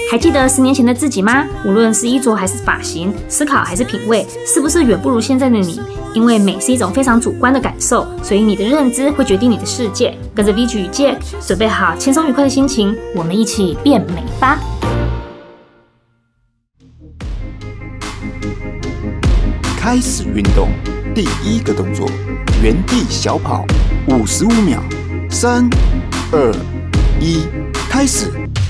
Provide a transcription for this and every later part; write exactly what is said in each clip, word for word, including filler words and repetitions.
还记得十年前的自己吗？无论是衣着还是发型，思考还是品味，是不是远不如现在的你？因为美是一种非常主观的感受，所以你的认知会决定你的世界。跟着 V G 与 Jack， 准备好轻松愉快的心情，我们一起变美吧！ 开始运动，第一个动作，原地小跑五十五秒，三、二、一，开始。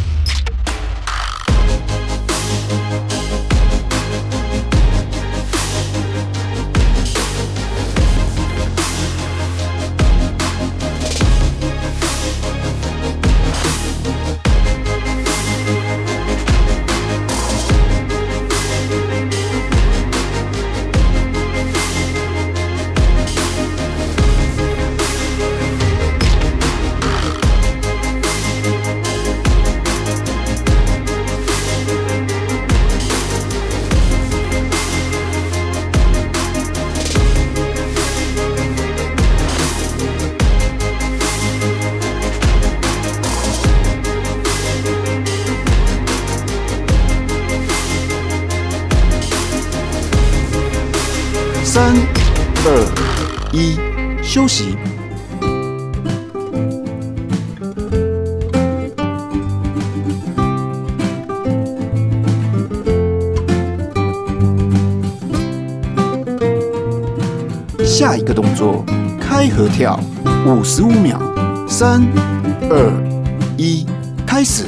三、二、一，休息。下一个动作，开合跳五十五秒，三、二、一，开始。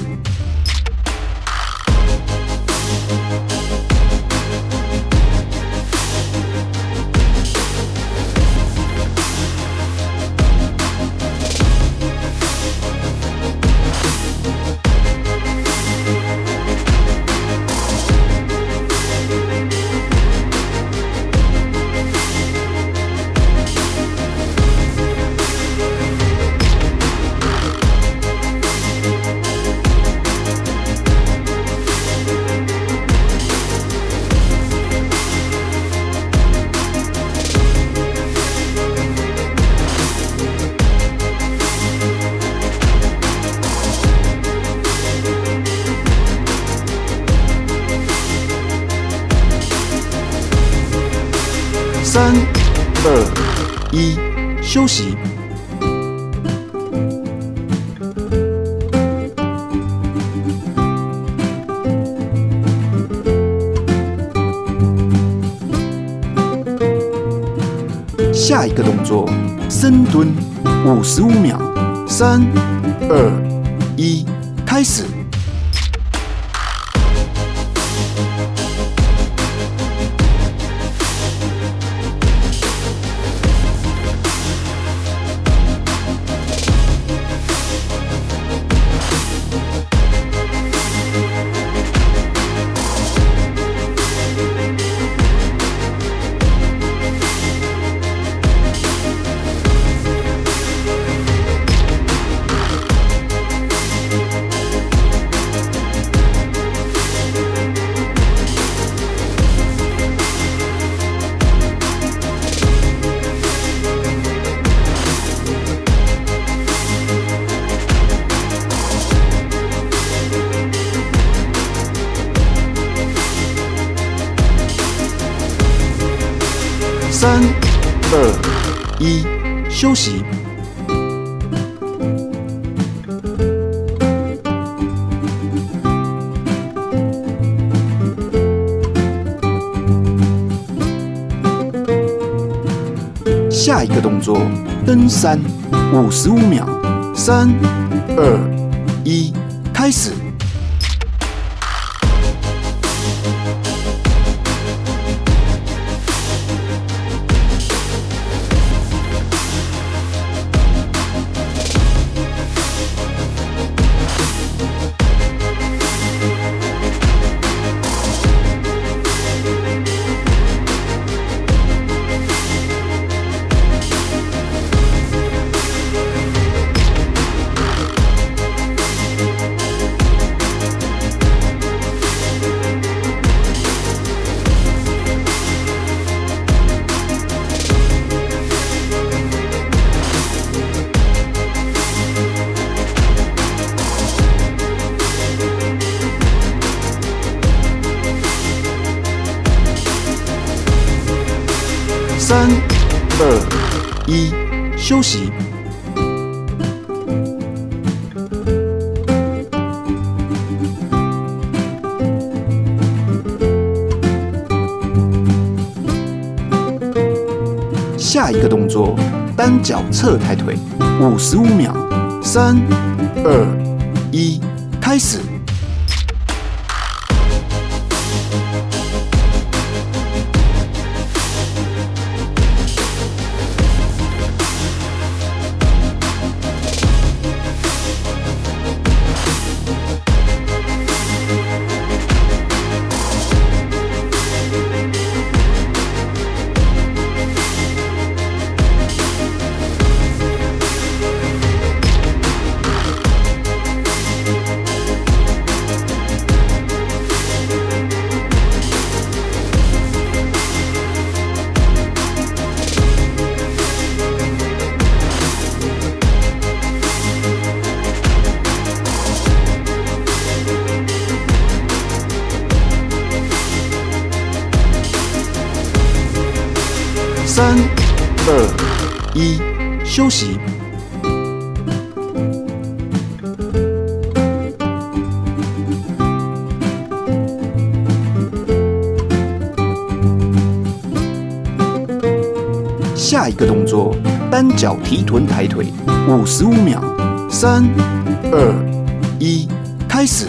三、二、一，休息。下一个动作，深蹲五十五秒，三、二、一，开始。三、二、一，休息。下一个动作，登山五十五秒，三、二、一，开始。 三、二、一，休息。下一个动作，单脚侧抬腿，五十五秒。三、二、一，开始。三、二、一，休息。下一个动作，单脚提臀抬腿，五十五秒。三、二、一，开始。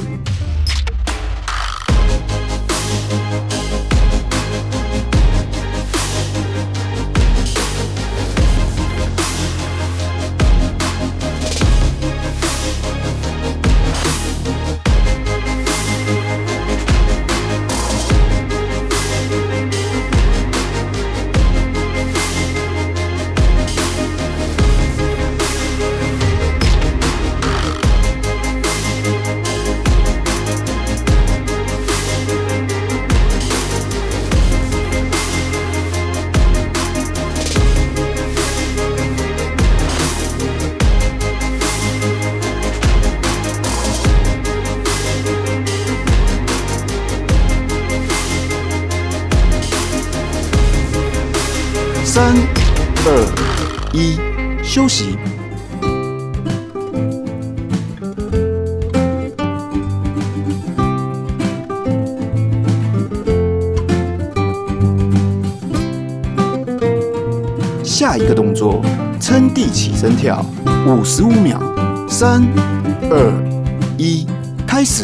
三、二、一，休息。下一个动作，撑地起身跳，五十五秒。三、二、一，开始。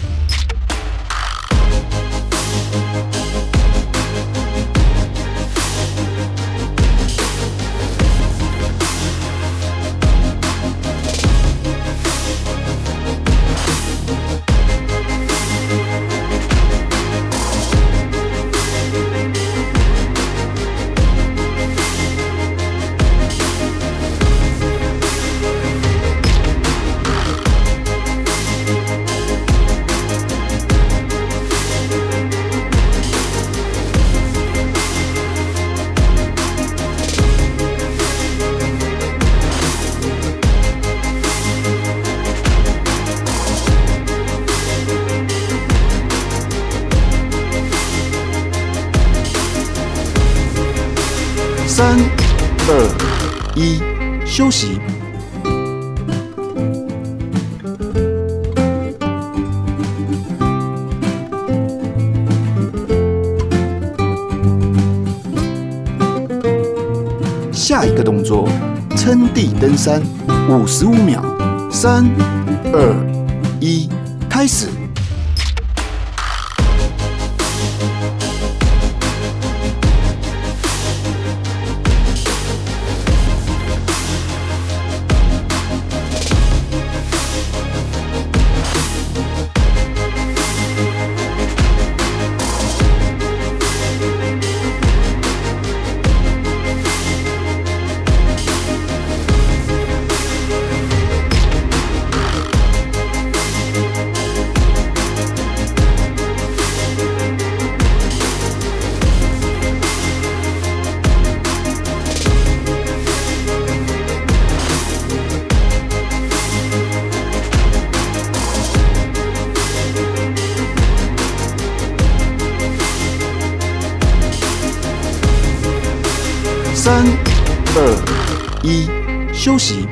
三、二、一，休息。下一个动作，撑地登山，五十五秒。三、二、一，开始。 一，休息。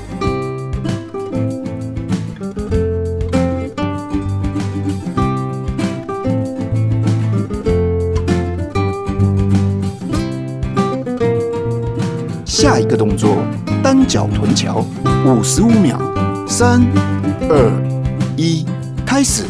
下一个动作，单脚臀桥，五十五秒。三、二、一，开始。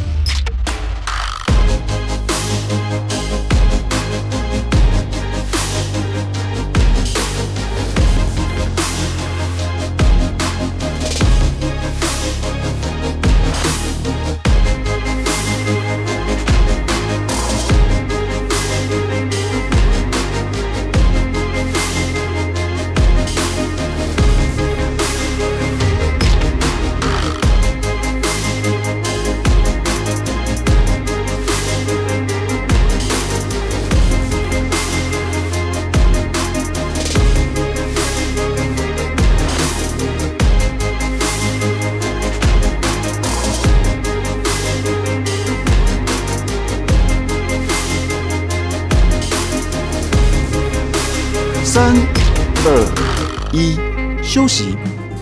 三、二、一，休息。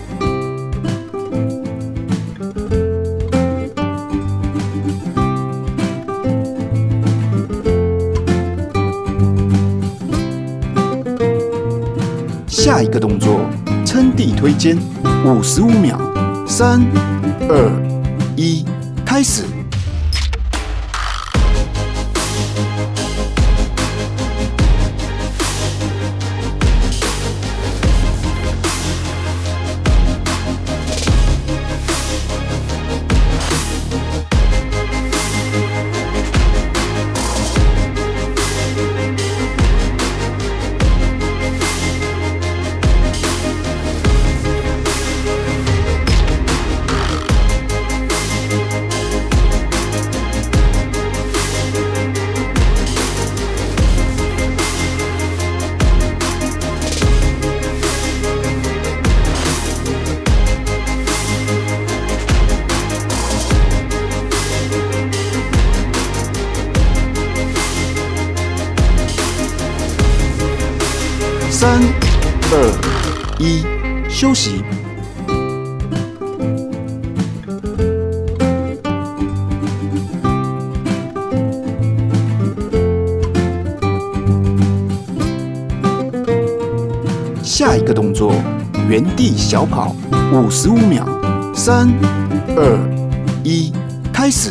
下一个动作，撑地推肩，五十五秒。三、二、一，开始。三、二、一，休息。下一个动作，原地小跑，五十五秒。三、二、一，开始。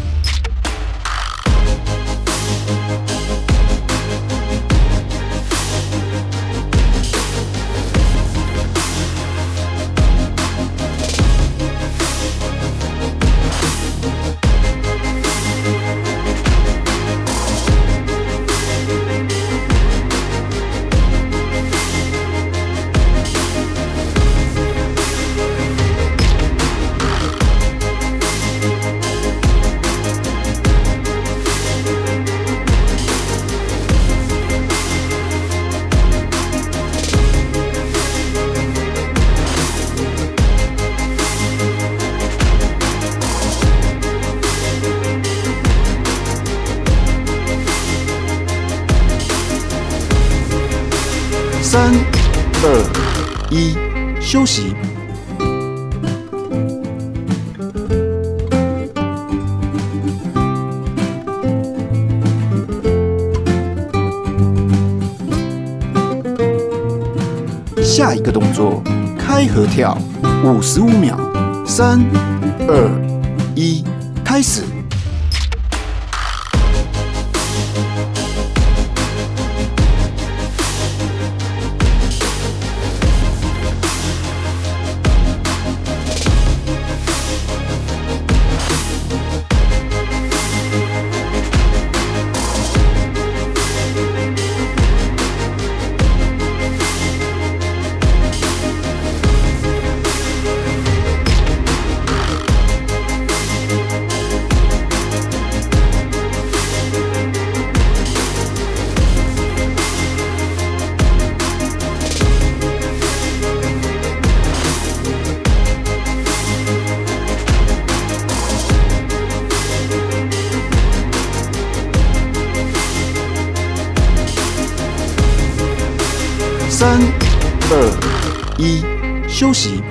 三、二、一，休息。下一个动作，开合跳，五十五秒。三、二、一，开始。三、二、 一，休息。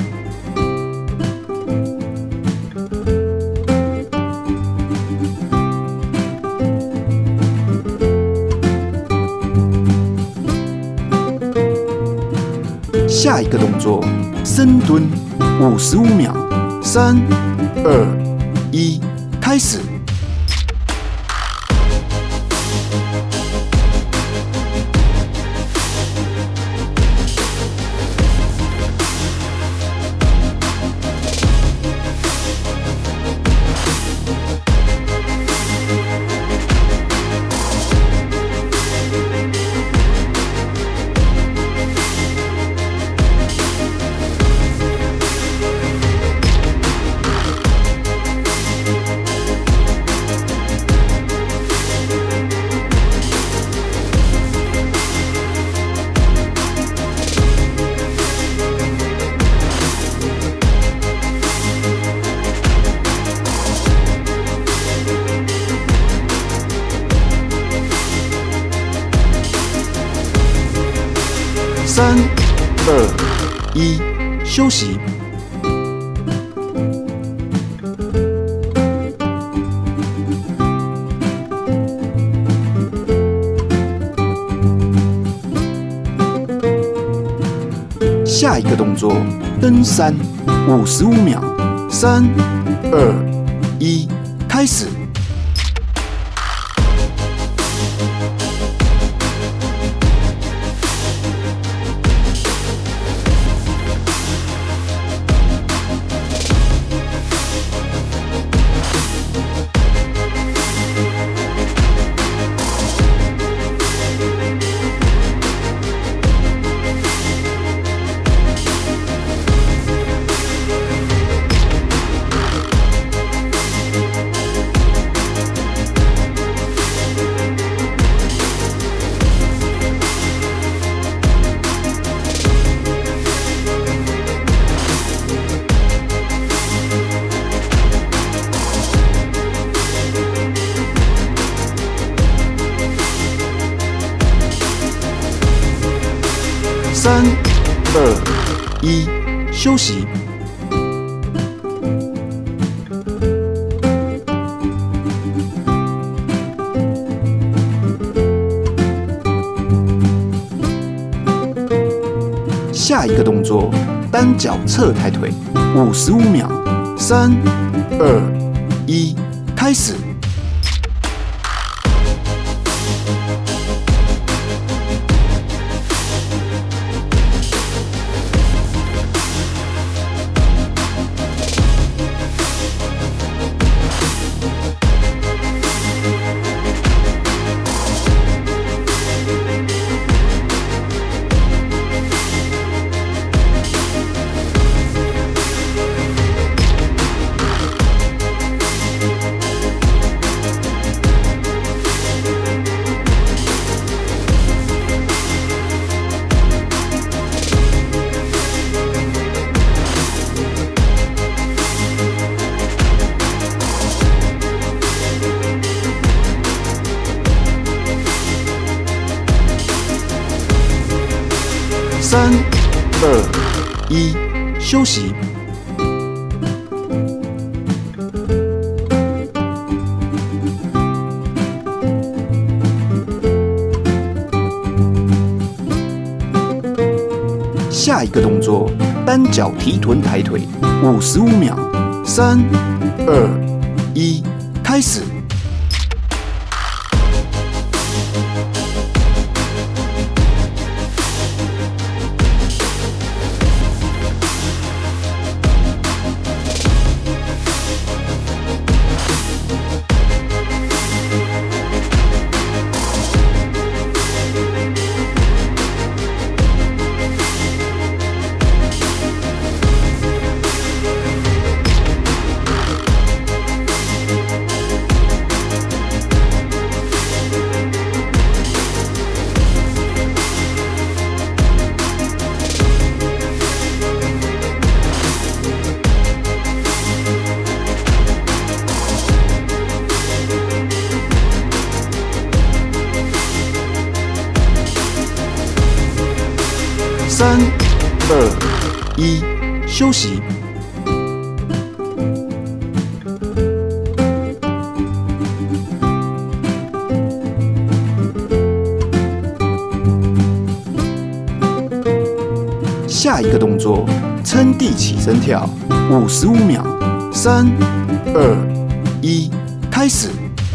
下一个动作，深蹲五十五秒。三、二、一，开始。三、二、一，休息。下一个动作，登山五十五秒。三、二、一，开始。三、二、一，休息。下一个动作，单脚侧抬腿五十五秒。三、二、一，开始。三、二、一，休息。下一个动作，单脚提臀抬腿五十五秒。三、二、一，开始。三、二、 一，休息。下一个动作，撑地起身跳，五十五秒。三、二、一，开始。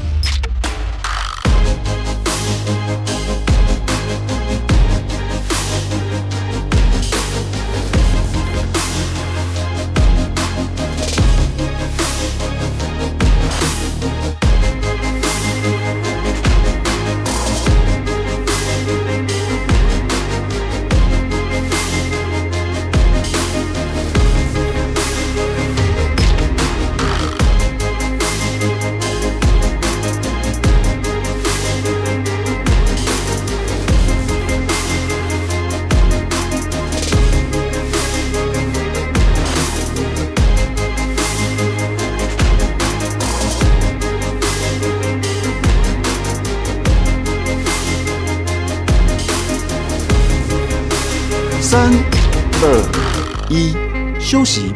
三、二、一，休息。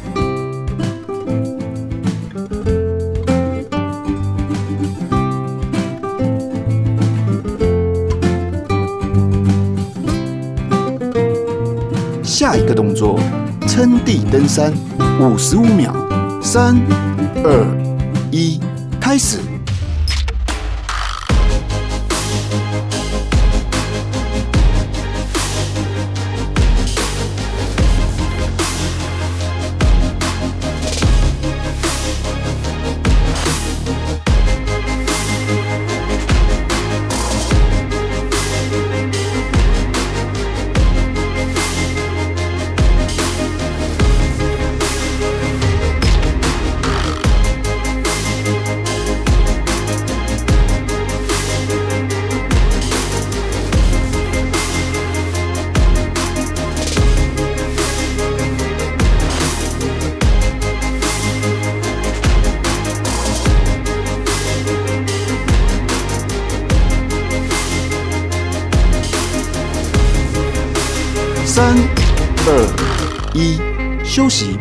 下一个动作，撑地登山，五十五秒。三、二、一，开始。三、二、一，休息。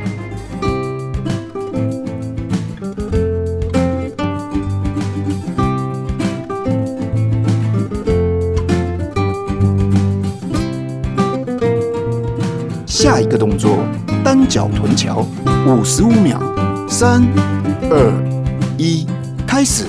下一个动作，单脚臀桥，五十五秒。三、二、一，开始。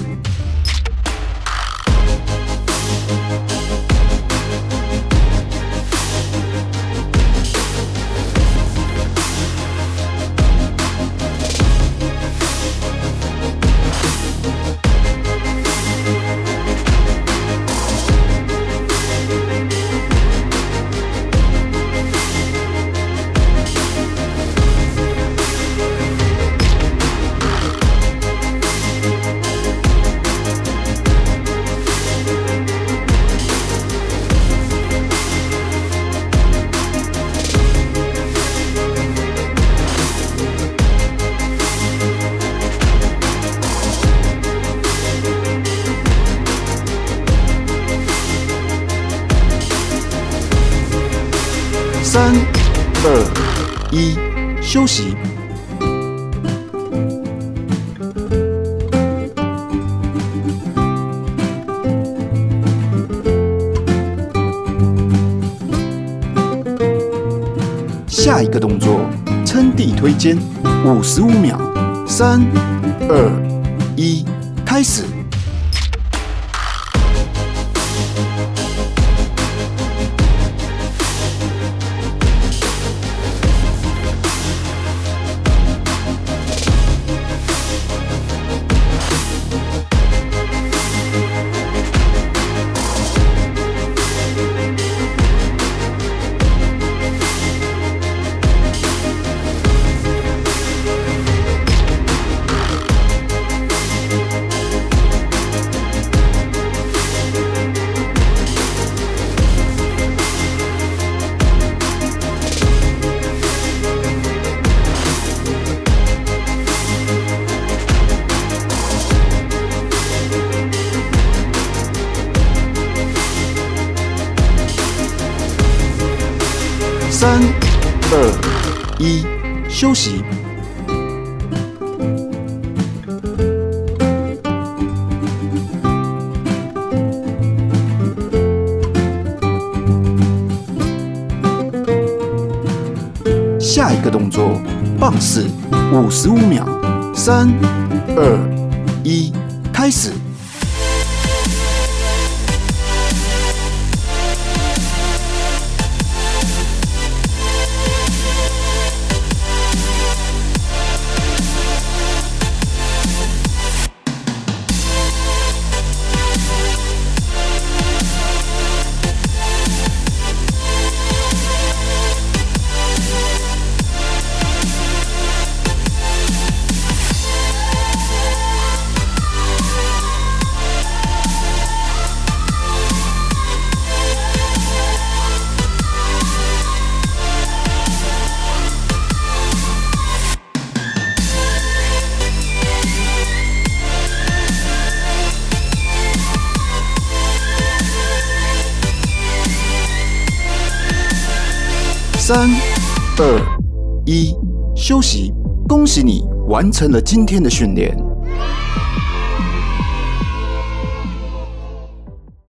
三、二、一，休息。下一个动作，撑地推肩，五十五秒。三、二、一，开始。三、二、 一，休息。下一个动作，棒式，五十五秒。三、二、一，开始。三、二、一，休息。恭喜你完成了今天的训练。